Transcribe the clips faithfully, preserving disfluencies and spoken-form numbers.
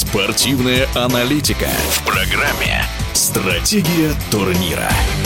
Спортивная аналитика в программе «Стратегия турнира».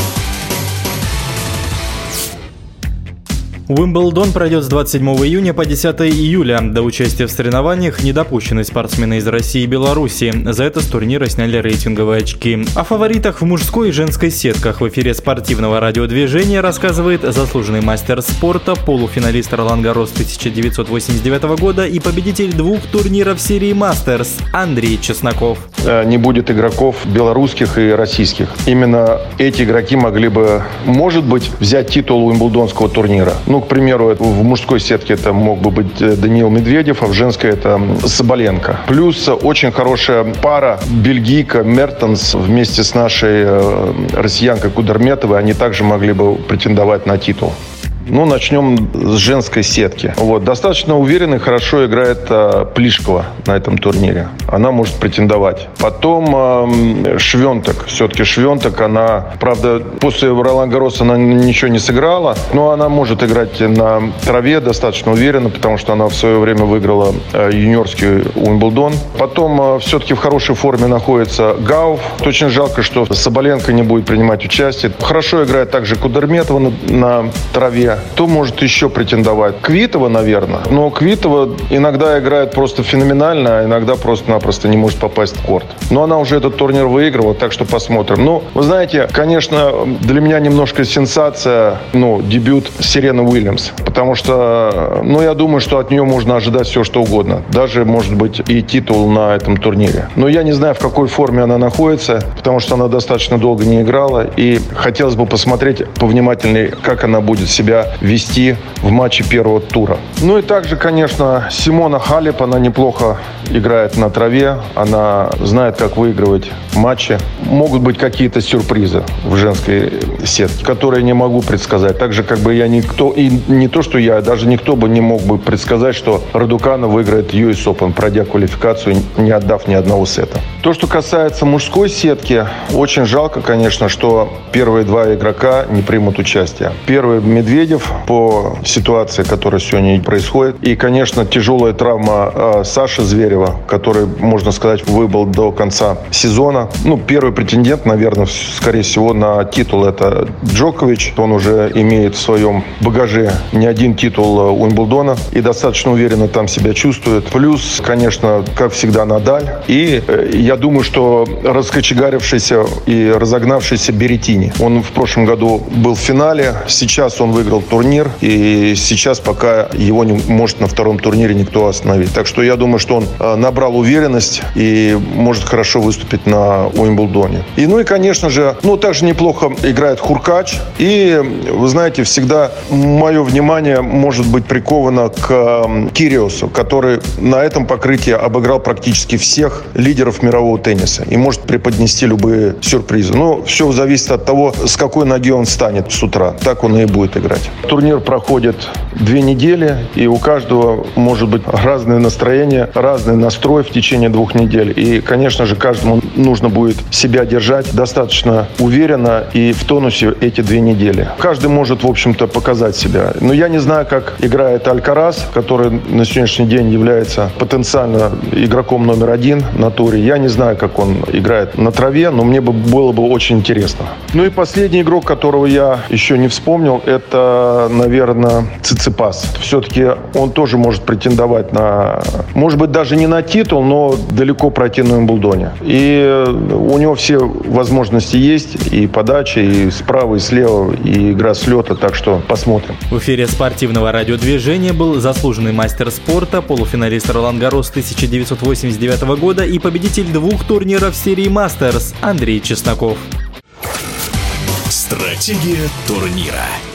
Уимблдон пройдет с двадцать седьмого июня по десятого июля. До участия в соревнованиях не допущены спортсмены из России и Беларуси. За это с турнира сняли рейтинговые очки. О фаворитах в мужской и женской сетках в эфире спортивного радиодвижения рассказывает заслуженный мастер спорта, полуфиналист Ролан-Гаррос тысяча девятьсот восемьдесят девятого года и победитель двух турниров серии Мастерс Андрей Чесноков. Не будет игроков белорусских и российских. Именно эти игроки могли бы, может быть, взять титул Уимблдонского турнира. Ну, к примеру, в мужской сетке это мог бы быть Даниил Медведев, а в женской это Соболенко. Плюс очень хорошая пара бельгийка Мертенс вместе с нашей россиянкой Кудерметовой. Они также могли бы претендовать на титул. Ну, начнем с женской сетки. Вот. Достаточно уверенно и хорошо играет а, Плишкова на этом турнире. Она может претендовать. Потом а, Швентек. Все-таки Швентек, она, правда, после Ролан-Гарроса она ничего не сыграла, но она может играть на траве достаточно уверенно, потому что она в свое время выиграла а, юниорский Уимблдон. Потом а, все-таки в хорошей форме находится Гауф. Очень жалко, что Соболенко не будет принимать участие. Хорошо играет также Кудерметова на, на траве. Кто может еще претендовать? Квитова, наверное. Но Квитова иногда играет просто феноменально, а иногда просто-напросто не может попасть в корт. Но она уже этот турнир выигрывала, так что посмотрим. Ну, вы знаете, конечно, для меня немножко сенсация, ну, дебют Серены Уильямс. Потому что, ну, я думаю, что от нее можно ожидать все, что угодно. Даже, может быть, и титул на этом турнире. Но я не знаю, в какой форме она находится, потому что она достаточно долго не играла. И хотелось бы посмотреть повнимательнее, как она будет себя вести в матче первого тура. Ну и также, конечно, Симона Халеп, она неплохо играет на траве, она знает, как выигрывать матчи. Могут быть какие-то сюрпризы в женской сетке, которые я не могу предсказать. Так же, как бы я никто, и не то, что я, даже никто бы не мог бы предсказать, что Радукана выиграет ю эс Open, пройдя квалификацию, не отдав ни одного сета. То, что касается мужской сетки, очень жалко, конечно, что первые два игрока не примут участие. Первый Медведев по ситуации, которая сегодня происходит. И, конечно, тяжелая травма э, Саши Зверева, который, можно сказать, выбыл до конца сезона. Ну, первый претендент, наверное, скорее всего, на титул это Джокович. Он уже имеет в своем багаже не один титул Уимблдона и достаточно уверенно там себя чувствует. Плюс, конечно, как всегда, Надаль. И э, я думаю, что раскочегарившийся и разогнавшийся Береттини. Он в прошлом году был в финале. Сейчас он выиграл турнир, и сейчас пока его не может на втором турнире никто остановить. Так что я думаю, что он э, набрал уверенность и может хорошо выступить на Уимблдоне. И, ну и, конечно же, ну, также неплохо играет Хуркач. И, вы знаете, всегда мое внимание может быть приковано к э, Кириосу, который на этом покрытии обыграл практически всех лидеров мирового тенниса и может преподнести любые сюрпризы. Но все зависит от того, с какой ноги он встанет с утра. Так он и будет играть. Турнир проходит две недели, и у каждого может быть разное настроение, разный настрой в течение двух недель. И, конечно же, каждому нужно будет себя держать достаточно уверенно и в тонусе эти две недели. Каждый может, в общем-то, показать себя. Но я не знаю, как играет Алькарас, который на сегодняшний день является потенциально игроком номер один на туре. Я не знаю, как он играет на траве, но мне бы было бы очень интересно. Ну и последний игрок, которого я еще не вспомнил, это, наверное, Циципас. Все-таки он тоже может претендовать на, может быть, даже не на титул, но далеко пройти на Уимблдоне. И у него все возможности есть, и подача, и справа, и слева, и игра с лета, так что посмотрим. В эфире спортивного радиодвижения был заслуженный мастер спорта, полуфиналист Ролан-Гаррос тысяча девятьсот восемьдесят девятого года и победитель двух турниров серии Мастерс Андрей Чесноков. Стратегия турнира.